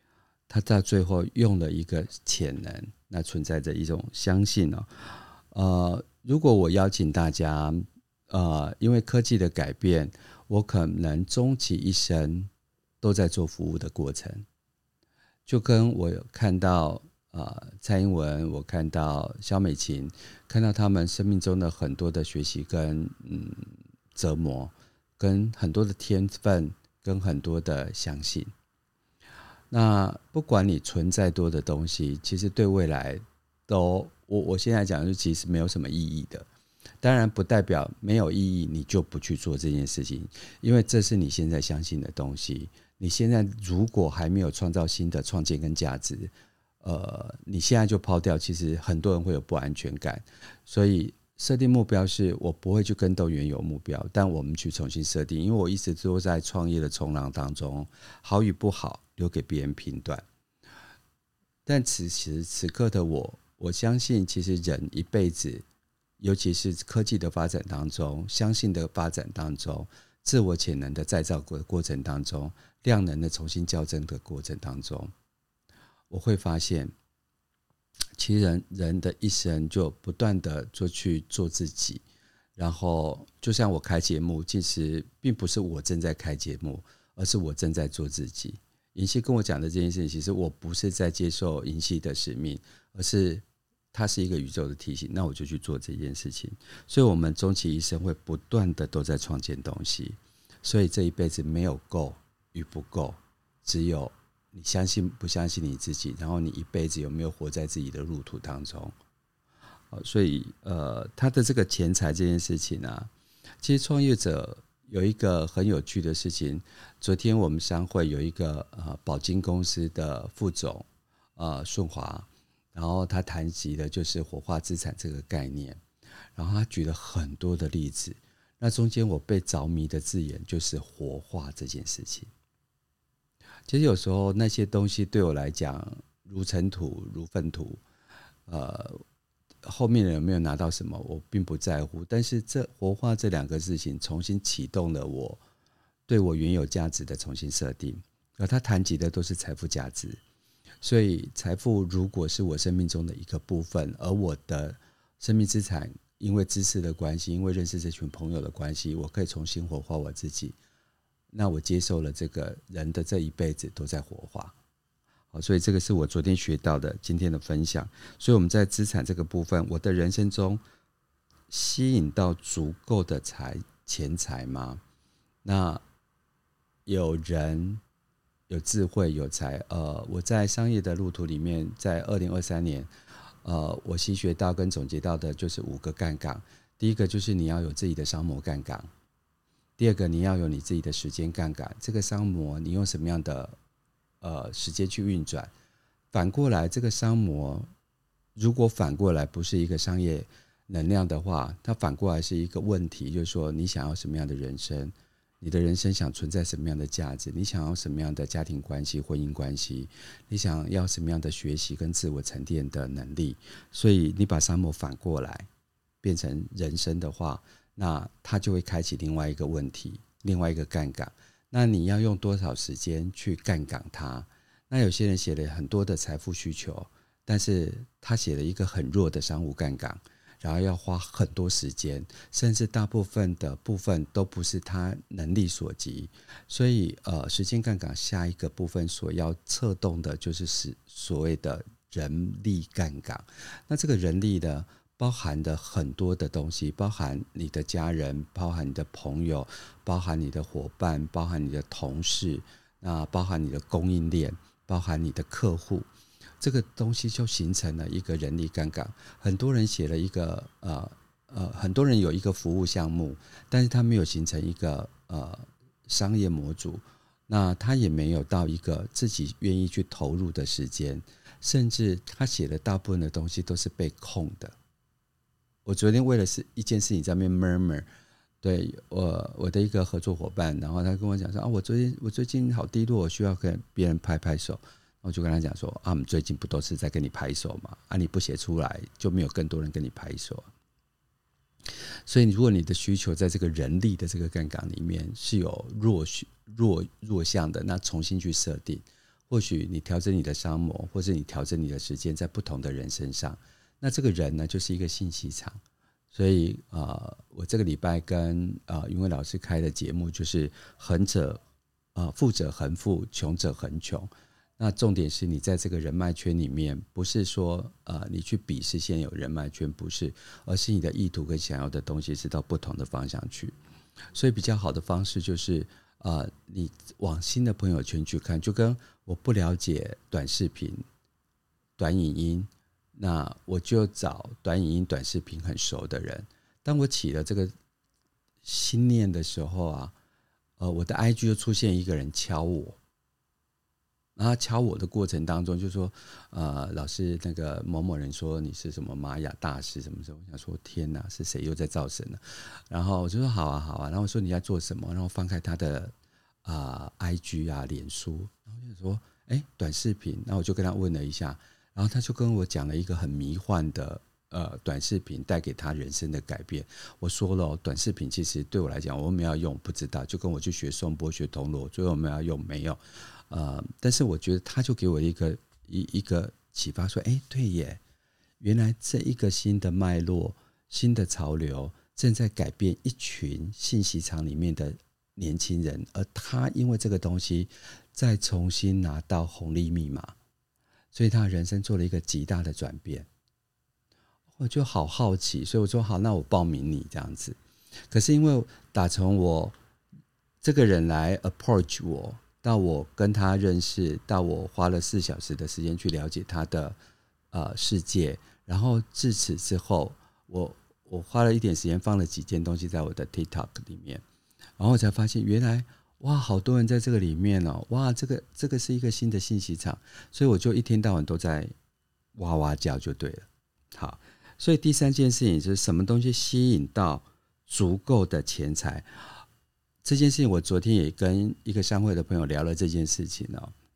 他到最后用了一个潜能，那存在着一种相信如果我邀请大家因为科技的改变，我可能终其一生都在做服务的过程，就跟我看到蔡英文，我看到萧美琴，看到他们生命中的很多的学习跟折磨，跟很多的天分，跟很多的相信。那不管你存在多的东西，其实对未来都我现在讲就其实没有什么意义的。当然不代表没有意义你就不去做这件事情，因为这是你现在相信的东西。你现在如果还没有创造新的创建跟价值，你现在就抛掉，其实很多人会有不安全感。所以设定目标是我不会去跟动原有目标，但我们去重新设定，因为我一直都在创业的冲浪当中，好与不好留给别人评断。但此时此刻的我相信其实人一辈子，尤其是科技的发展当中，相信的发展当中，自我潜能的再造的过程当中，量能的重新校正的过程当中，我会发现其实人的一生就不断的去做自己。然后就像我开节目，其实并不是我正在开节目，而是我正在做自己。银溪跟我讲的这件事情，其实我不是在接受银溪的使命，而是它是一个宇宙的提醒，那我就去做这件事情。所以我们终其一生会不断的都在创建东西，所以这一辈子没有够与不够，只有你相信不相信你自己，然后你一辈子有没有活在自己的路途当中。所以他的这个钱财这件事情啊，其实创业者有一个很有趣的事情。昨天我们商会有一个保金公司的副总顺华，然后他谈及的就是活化资产这个概念，然后他举了很多的例子。那中间我被着迷的字眼就是活化这件事情。其实有时候那些东西对我来讲如尘土如粪土，后面人有没有拿到什么我并不在乎，但是这活化这两个事情重新启动了我对我原有价值的重新设定。而他谈及的都是财富价值，所以财富如果是我生命中的一个部分，而我的生命资产因为知识的关系，因为认识这群朋友的关系，我可以重新活化我自己，那我接受了这个人的这一辈子都在活化。所以这个是我昨天学到的今天的分享。所以我们在资产这个部分，我的人生中吸引到足够的钱财吗？那有人有智慧有才，我在商业的路途里面，在2023年我吸学到跟总结到的就是5个杠杆。第一个就是你要有自己的商模杠杆，第二个你要有你自己的时间杠杆，这个商模你用什么样的时间去运转。反过来这个商模如果反过来不是一个商业能量的话，它反过来是一个问题，就是说你想要什么样的人生，你的人生想存在什么样的价值，你想要什么样的家庭关系婚姻关系，你想要什么样的学习跟自我沉淀的能力。所以你把商模反过来变成人生的话，那它就会开启另外一个问题，另外一个杠杆。那你要用多少时间去杠杆它？那有些人写了很多的财富需求，但是他写了一个很弱的商务杠杆，然后要花很多时间，甚至大部分的部分都不是他能力所及。所以时间杠杆下一个部分所要策动的就是所谓的人力杠杆。那这个人力呢，包含的很多的东西，包含你的家人，包含你的朋友，包含你的伙伴，包含你的同事，那包含你的供应链，包含你的客户，这个东西就形成了一个人力杠杆。很多人写了一个很多人有一个服务项目，但是他没有形成一个商业模组，那他也没有到一个自己愿意去投入的时间，甚至他写的大部分的东西都是被控的。我昨天为了一件事情在那边 murmur， 对我的一个合作伙伴，然后他跟我讲说我最近好低落，我需要跟别人拍拍手。我就跟他讲说我们最近不都是在跟你拍手吗？你不写出来就没有更多人跟你拍手。所以如果你的需求在这个人力的这个杠杆里面是有弱项的，那重新去设定， 或许你调整你的商模，或者你调整你的时间在不同的人身上，那这个人呢就是一个信息场。所以我这个礼拜跟云伟老师开的节目就是恒者富者恒富，穷者恒穷。那重点是你在这个人脉圈里面，不是说你去鄙视现有人脉圈，不是，而是你的意图跟想要的东西是到不同的方向去。所以比较好的方式就是你往新的朋友圈去看，就跟我不了解短视频、短影音，那我就找短影音、短视频很熟的人。当我起了这个心念的时候啊，我的 IG 就出现一个人敲我。然后他敲我的过程当中就说老师，那个某某人说你是什么玛雅大师什么什么，我想说天哪，是谁又在造神呢？然后我就说好啊好啊，然后我说你在做什么？然后翻开他的IG 啊脸书，然后就说短视频，然后我就跟他问了一下，然后他就跟我讲了一个很迷幻的短视频带给他人生的改变。我说了短视频其实对我来讲我没有用，不知道，就跟我去学颂钵学铜锣，最后我们要用没有但是我觉得他就给我一个启发，说对耶，原来这一个新的脉络、新的潮流正在改变一群信息场里面的年轻人，而他因为这个东西再重新拿到红利密码，所以他的人生做了一个极大的转变。我就好好奇，所以我说好，那我报名你这样子。可是因为打从我这个人来 approach 我，到我跟他认识，到我花了4小时的时间去了解他的世界，然后自此之后，我花了一点时间放了几件东西在我的 TikTok 里面，然后我才发现原来哇，好多人在这个里面哦，哇，这个是一个新的信息场，所以我就一天到晚都在哇哇叫就对了。好，所以第3件事情就是什么东西吸引到足够的钱财。这件事情我昨天也跟一个商会的朋友聊了这件事情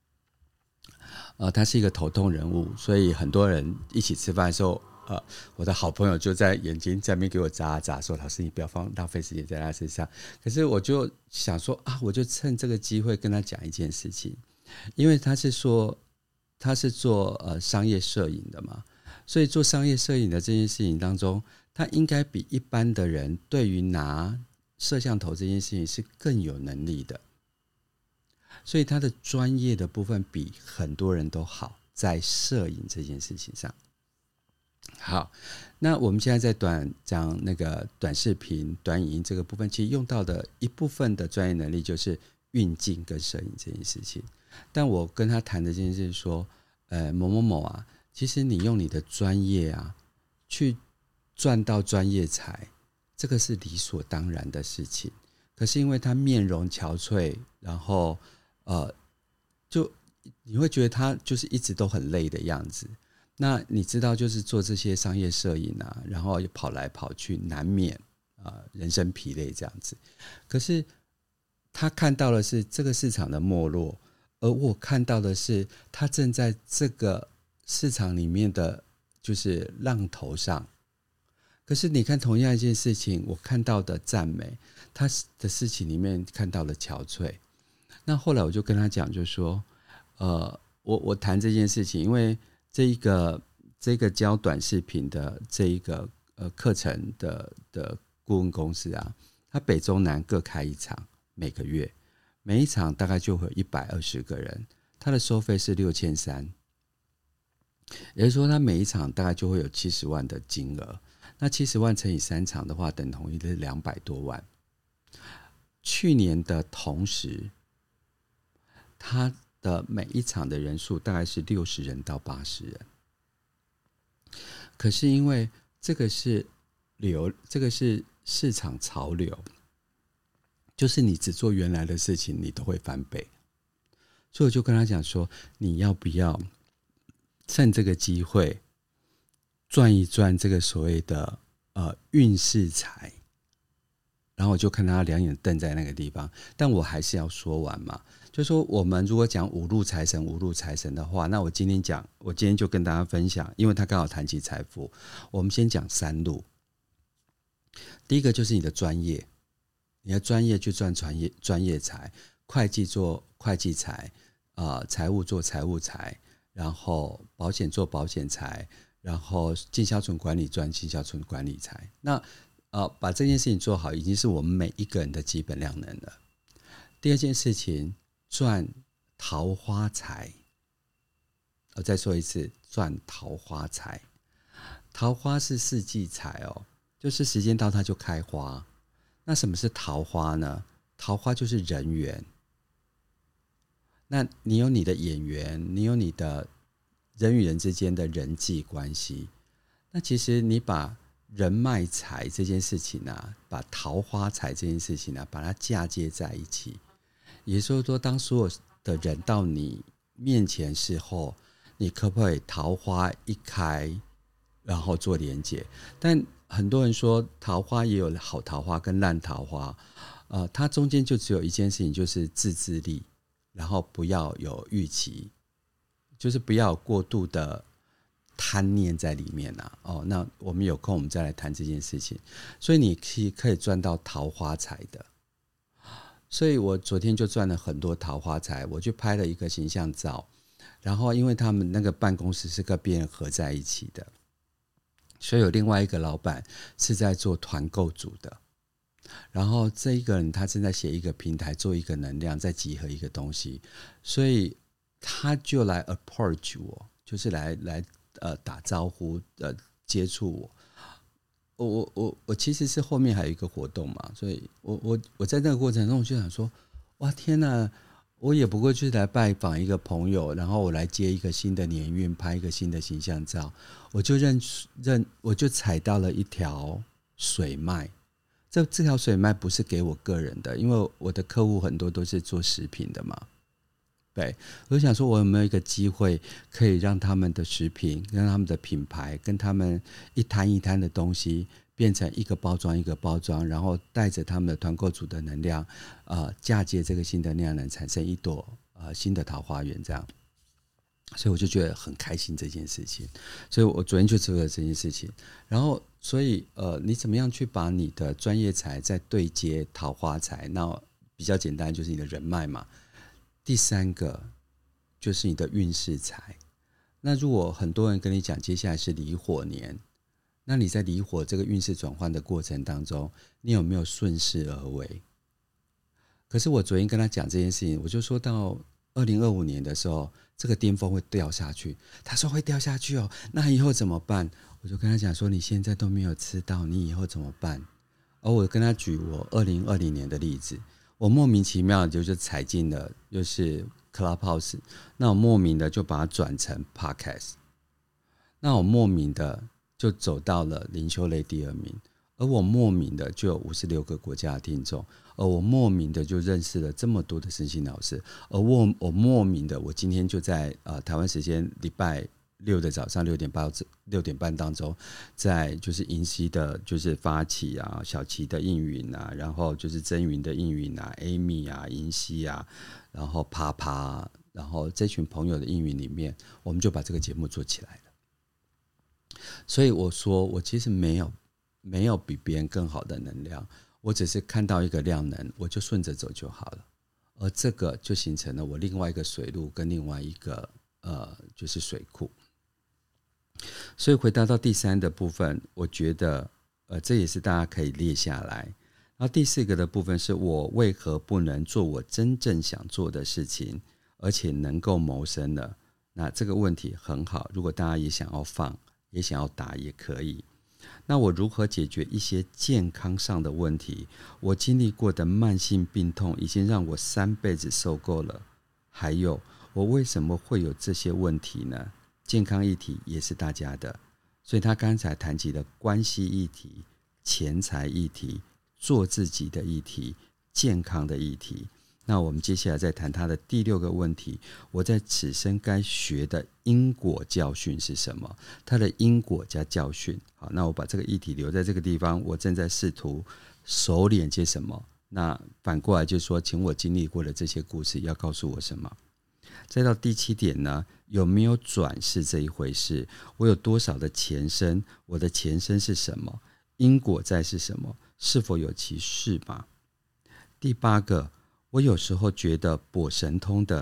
他是一个头痛人物，所以很多人一起吃饭的时候我的好朋友就在眼睛在那边给我眨眨，说老师你不要浪费时间在他身上。可是我就想说我就趁这个机会跟他讲一件事情，因为他是做商业摄影的嘛，所以做商业摄影的这件事情当中，他应该比一般的人对于拿摄像头这件事情是更有能力的，所以他的专业的部分比很多人都好，在摄影这件事情上。好，那我们现在在讲那个短视频、短影音这个部分，其实用到的一部分的专业能力就是运镜跟摄影这件事情。但我跟他谈的这件事说，某某某啊，其实你用你的专业啊，去赚到专业财，这个是理所当然的事情。可是因为他面容憔悴，然后就你会觉得他就是一直都很累的样子。那你知道就是做这些商业摄影啊，然后跑来跑去，难免人生疲累这样子。可是他看到的是这个市场的没落，而我看到的是他正在这个市场里面的就是浪头上。可是你看同样一件事情，我看到的赞美，他的事情里面看到了憔悴。那后来我就跟他讲，就说我谈这件事情，因为这个教短视频的这一个课程的顾问公司啊，它北中南各开1场，每个月每一场大概就会有120个人，它的收费是6300，也就是说它每一场大概就会有70万的金额。那70万乘以3场的话，等同于是200多万。去年的同时，它的每一场的人数大概是60人到80人。可是因为这个是市场潮流，就是你只做原来的事情，你都会翻倍。所以我就跟他讲说，你要不要趁这个机会赚一赚这个所谓的运势财。然后我就看他两眼瞪在那个地方，但我还是要说完嘛。就是说我们如果讲五路财神的话，那我今天就跟大家分享，因为他刚好谈起财富，我们先讲3路。第一个就是你的专业，你的专业去赚专业财，会计做会计财， 财务做财务财，然后保险做保险财，然后进销存管理赚进销存管理财。那把这件事情做好，已经是我们每一个人的基本量能了。第二件事情，赚桃花财。我再说一次，赚桃花财。桃花是四季财哦，就是时间到它就开花。那什么是桃花呢？桃花就是人缘。那你有你的眼缘，你有你的人与人之间的人际关系。那其实你把人脉财这件事情啊，把桃花财这件事情啊，把它嫁接在一起。也就是说，当所有的人到你面前时候，你可不可以桃花一开，然后做连结？但很多人说桃花也有好桃花跟烂桃花，它中间就只有一件事情，就是自制力，然后不要有预期，就是不要有过度的贪念在里面啊。那我们有空我们再来谈这件事情。所以你可以赚到桃花财的。所以我昨天就赚了很多桃花财，我去拍了一个形象照，然后因为他们那个办公室是跟别人合在一起的，所以有另外一个老板是在做团购组的，然后这一个人他正在写一个平台，做一个能量，在集合一个东西，所以他就来 approach 我，就是来打招呼，接触我。我其实是后面还有一个活动嘛，所以我在那个过程中就想说，哇天哪，我也不过就是来拜访一个朋友，然后我来接一个新的年运，拍一个新的形象照，我就踩到了一条水脉。这条水脉不是给我个人的，因为我的客户很多都是做食品的嘛。对，我就想说我有没有一个机会可以让他们的食品跟他们的品牌跟他们一摊一摊的东西变成一个包装一个包装，然后带着他们的团购组的能量嫁接这个新的量能，产生一朵新的桃花源这样。所以我就觉得很开心这件事情，所以我昨天就做了这件事情。然后所以你怎么样去把你的专业财再对接桃花财？那比较简单，就是你的人脉嘛。第三个就是你的运势财。那如果很多人跟你讲接下来是离火年，那你在离火这个运势转换的过程当中，你有没有顺势而为？可是我昨天跟他讲这件事情，我就说到2025年的时候，这个巅峰会掉下去。他说会掉下去哦，那以后怎么办？我就跟他讲说，你现在都没有吃到，你以后怎么办？而我跟他举我2020年的例子，我莫名其妙的就踩进了就是 Clubhouse， 那我莫名的就把它转成 Podcast， 那我莫名的就走到了灵修类第2名，而我莫名的就有56个国家的听众，而我莫名的就认识了这么多的身心老师，而我莫名的我今天就在台湾时间礼拜6的早上6点半当中，在就是银溪的就是发起啊，小琪的应允啊，然后就是真云的应允啊， Amy 啊，银溪啊，然后啪啪，然后这群朋友的应允里面，我们就把这个节目做起来了。所以我说我其实没有比别人更好的能量，我只是看到一个量能，我就顺着走就好了。而这个就形成了我另外一个水路跟另外一个就是水库。所以回答到第3的部分，我觉得这也是大家可以列下来。然后第4个的部分是我为何不能做我真正想做的事情，而且能够谋生呢？那这个问题很好，如果大家也想要放，也想要答也可以。那我如何解决一些健康上的问题？我经历过的慢性病痛已经让我3辈子受够了。还有，我为什么会有这些问题呢？健康议题也是大家的，所以他刚才谈及了关系议题、钱财议题、做自己的议题、健康的议题。那我们接下来再谈他的第6个问题，我在此生该学的因果教训是什么？他的因果加教训。好，那我把这个议题留在这个地方，我正在试图收敛些什么。那反过来就说，请我经历过的这些故事要告诉我什么？再到第7点呢，有没有转世这一回事？我有多少的前生？我的前生是什么？因果在是什么？是否有其事吗？第8个，我有时候觉得跛神通的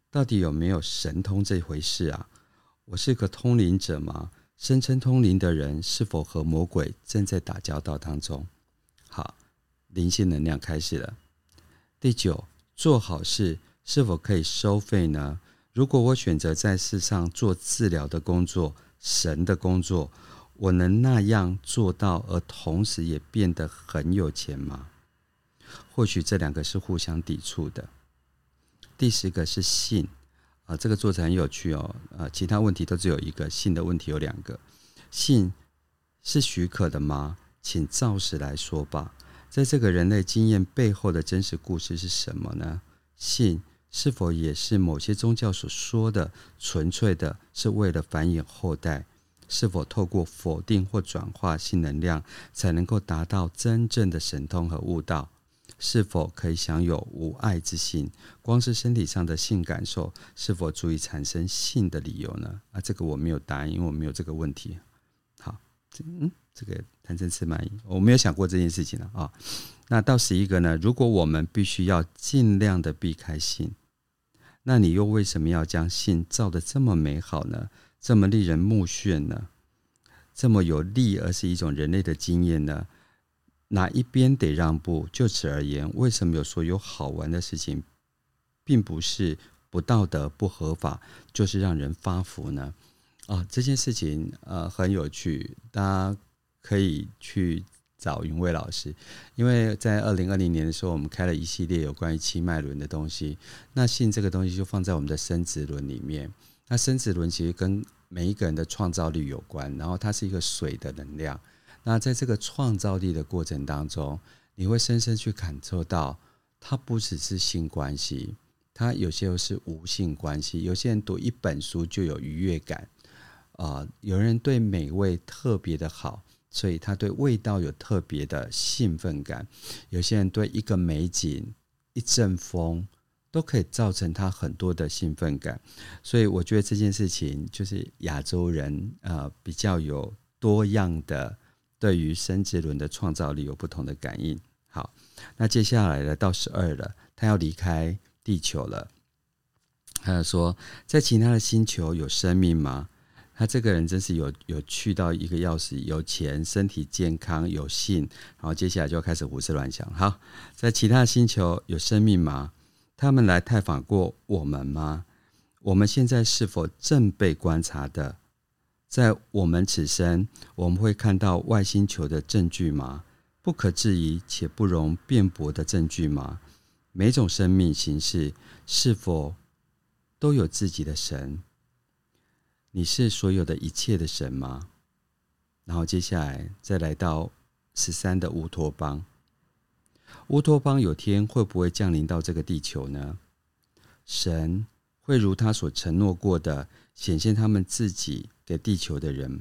到底有没有神通这回事啊？我是个通灵者吗？声称通灵的人是否和魔鬼正在打交道当中？好，灵性能量开始了。第9，做好事是否可以收费呢？如果我选择在世上做治疗的工作，神的工作，我能那样做到，而同时也变得很有钱吗？或许这2个是互相抵触的。第10个是信，这个作者很有趣哦。其他问题都只有1个，信的问题有2个。信是许可的吗？请照实来说吧。在这个人类经验背后的真实故事是什么呢？信是否也是某些宗教所说的纯粹的是为了繁衍后代？是否透过否定或转化性能量才能够达到真正的神通和悟道？是否可以享有无爱之性？光是身体上的性感受是否足以产生性的理由呢？这个我没有答案，因为我没有这个问题。好，这个谈真吃满意，我没有想过这件事情啊。那到11个呢？如果我们必须要尽量的避开性，那你又为什么要将性造得这么美好呢？这么令人目眩呢？这么有利而是一种人类的经验呢？哪一边得让步？就此而言，为什么有所有好玩的事情并不是不道德不合法，就是让人发福呢？这件事情很有趣，大家可以去找云蔚老师，因为在2020年的时候，我们开了一系列有关于7脉轮的东西。那性这个东西就放在我们的生殖轮里面。那生殖轮其实跟每一个人的创造力有关，然后它是一个水的能量。那在这个创造力的过程当中，你会深深去感受到，它不只是性关系，它有些又是无性关系。有些人读一本书就有愉悦感，有人对美味特别的好，所以他对味道有特别的兴奋感。有些人对一个美景、一阵风，都可以造成他很多的兴奋感。所以我觉得这件事情就是亚洲人比较有多样的对于生殖轮的创造力有不同的感应。好，那接下来了到12了，他要离开地球了。他说，在其他的星球有生命吗？他这个人真是有去到一个钥匙，有钱、身体健康、有性，然后接下来就开始胡思乱想。好，在其他星球有生命吗？他们来探访过我们吗？我们现在是否正被观察的？在我们此生，我们会看到外星球的证据吗？不可置疑且不容辩驳的证据吗？每种生命形式是否都有自己的神？你是所有的一切的神吗？然后接下来再来到13的乌托邦。乌托邦有天会不会降临到这个地球呢？神会如他所承诺过的显现他们自己给地球的人？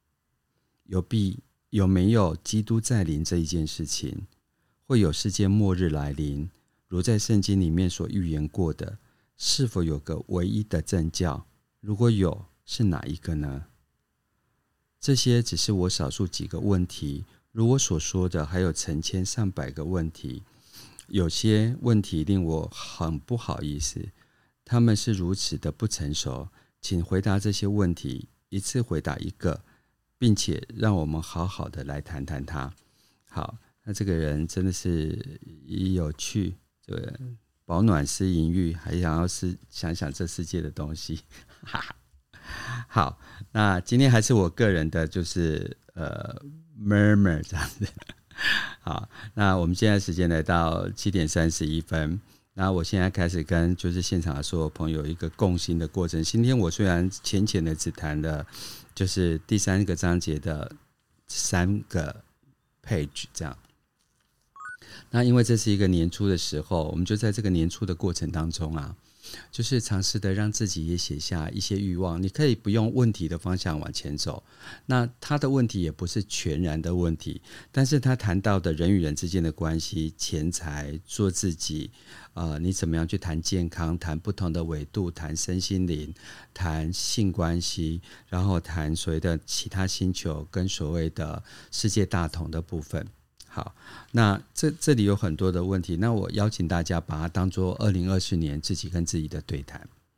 有没有基督再临这一件事情？会有世界末日来临，如在圣经里面所预言过的？是否有个唯一的正教？如果有，是哪一个呢？这些只是我少数几个问题，如我所说的，还有成千上百个问题。有些问题令我很不好意思，他们是如此的不成熟。请回答这些问题，一次回答一个，并且让我们好好的来谈谈它。好，那这个人真的是有趣，这个饱暖思淫欲，还想要想想这世界的东西。好，那今天还是我个人的就是murmur 这样子。好，那我们现在时间来到7点31分。那我现在开始跟就是现场的所有朋友一个共心的过程。今天我虽然浅浅的只谈了就是第3个章节的3个 page 这样。那因为这是一个年初的时候，我们就在这个年初的过程当中就是尝试的让自己也写下一些欲望。你可以不用问题的方向往前走，那他的问题也不是全然的问题，但是他谈到的人与人之间的关系、钱财、做自己，你怎么样去谈健康，谈不同的纬度，谈身心灵，谈性关系，然后谈所谓的其他星球跟所谓的世界大同的部分。好，那这里有很多的问题，那我邀请大家把它当作2024年自己跟自己的对谈。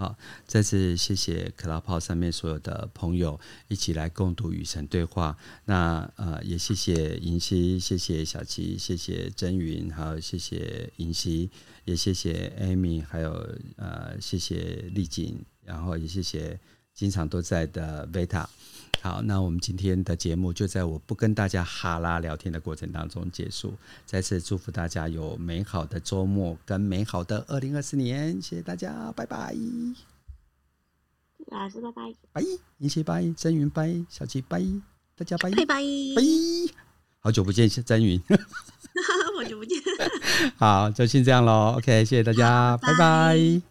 好，再次谢谢Clubhouse上面所有的朋友一起来共读与神对话。那也谢谢银溪，谢谢小琪，谢谢真云，还有谢谢银溪，也谢谢 Amy， 还有谢谢丽景，然后也谢谢经常都在的 Veta。好，那我们今天的节目就在我不跟大家哈拉聊天的过程当中结束。再次祝福大家有美好的周末跟美好的2024年，谢谢大家，拜拜。 老师拜拜， 拜，银溪拜，真云拜，小琪拜，大家拜拜拜拜，好久不见真云好久不见好，就先这样咯 OK， 谢谢大家，拜拜。